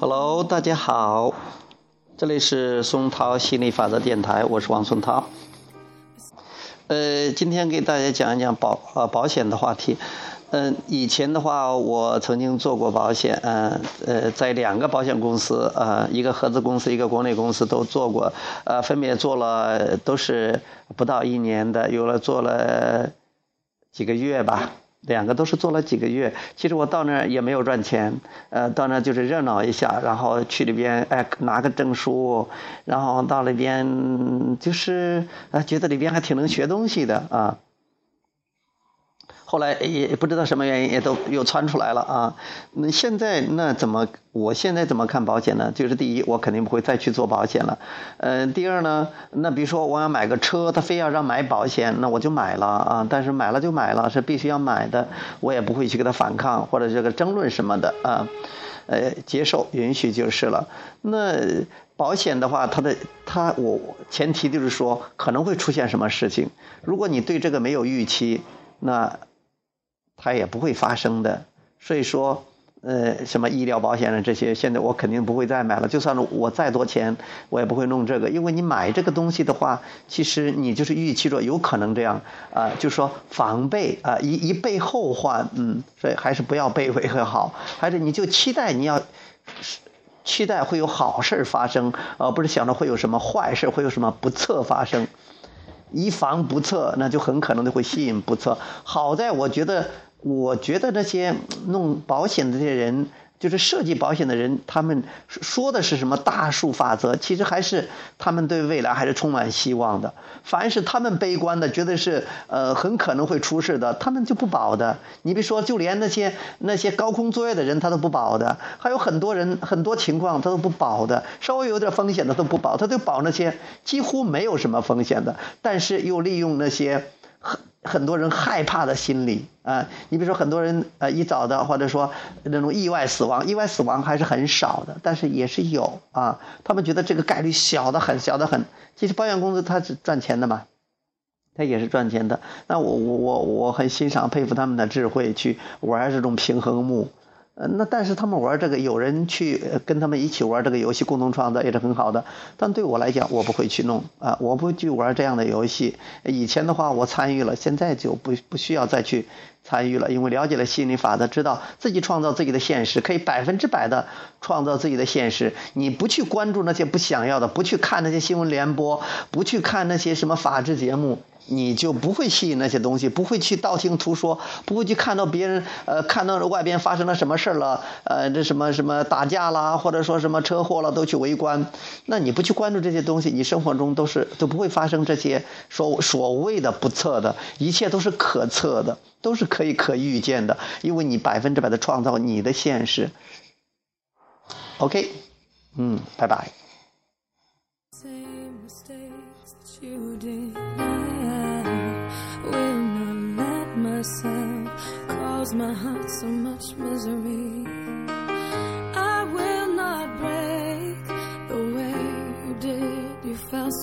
Hello， 大家好，这里是松涛心理法则电台，我是王松涛。今天给大家讲一讲保险的话题。以前的话，我曾经做过保险，在2个保险公司，一个合资公司，一个国内公司都做过，分别做了都是不到1年的，有了做了几个月吧。2个都是做了几个月，其实我到那儿也没有赚钱，到那儿就是热闹一下，然后去里边拿个证书，然后到里边就是觉得里边还挺能学东西的啊。后来也不知道什么原因，也都又窜出来了啊。那现在我现在怎么看保险呢？就是第一，我肯定不会再去做保险了。第二呢，那比如说我要买个车，他非要让买保险，那我就买了啊。但是买了就买了，是必须要买的，我也不会去给他反抗或者这个争论什么的啊。接受允许就是了。那保险的话，我前提就是说可能会出现什么事情，如果你对这个没有预期，那它也不会发生的。所以说什么医疗保险的这些，现在我肯定不会再买了，就算我再多钱我也不会弄这个。因为你买这个东西的话，其实你就是预期着有可能这样就是说防备一备后患，所以还是不要备为好，还是你就期待会有好事发生，不是想着会有什么坏事，会有什么不测发生。一防不测，那就很可能会吸引不测。好在我觉得那些弄保险的这些人，就是设计保险的人，他们说的是什么大数法则，其实还是他们对未来还是充满希望的。凡是他们悲观的，觉得是很可能会出事的，他们就不保的。你比如说，就连那些高空作业的人他都不保的，还有很多情况他都不保的，稍微有点风险的都不保，他就保那些几乎没有什么风险的，但是又利用那些很多人害怕的心理你比如说很多人一早的，或者说那种意外死亡还是很少的，但是也是有他们觉得这个概率小得很。其实保险公司它是赚钱的嘛，它也是赚钱的。那我很欣赏佩服他们的智慧去玩这种平衡木。那但是他们玩这个，有人去跟他们一起玩这个游戏，共同创造也是很好的。但对我来讲，我不会去弄我不会去玩这样的游戏。以前的话我参与了，现在就不需要再去参与了，因为了解了心理法则，知道自己创造自己的现实，可以100%的创造自己的现实。你不去关注那些不想要的，不去看那些新闻联播，不去看那些什么法制节目，你就不会吸引那些东西，不会去道听途说，不会去看到别人看到外边发生了什么事了，这什么打架啦，或者说什么车祸了都去围观。那你不去关注这些东西，你生活中都不会发生这些所谓的不测的，一切都是可测的，都是可预见的，因为你100%的创造你的现实。 OK， 拜拜。 Myself cause my heart so much misery.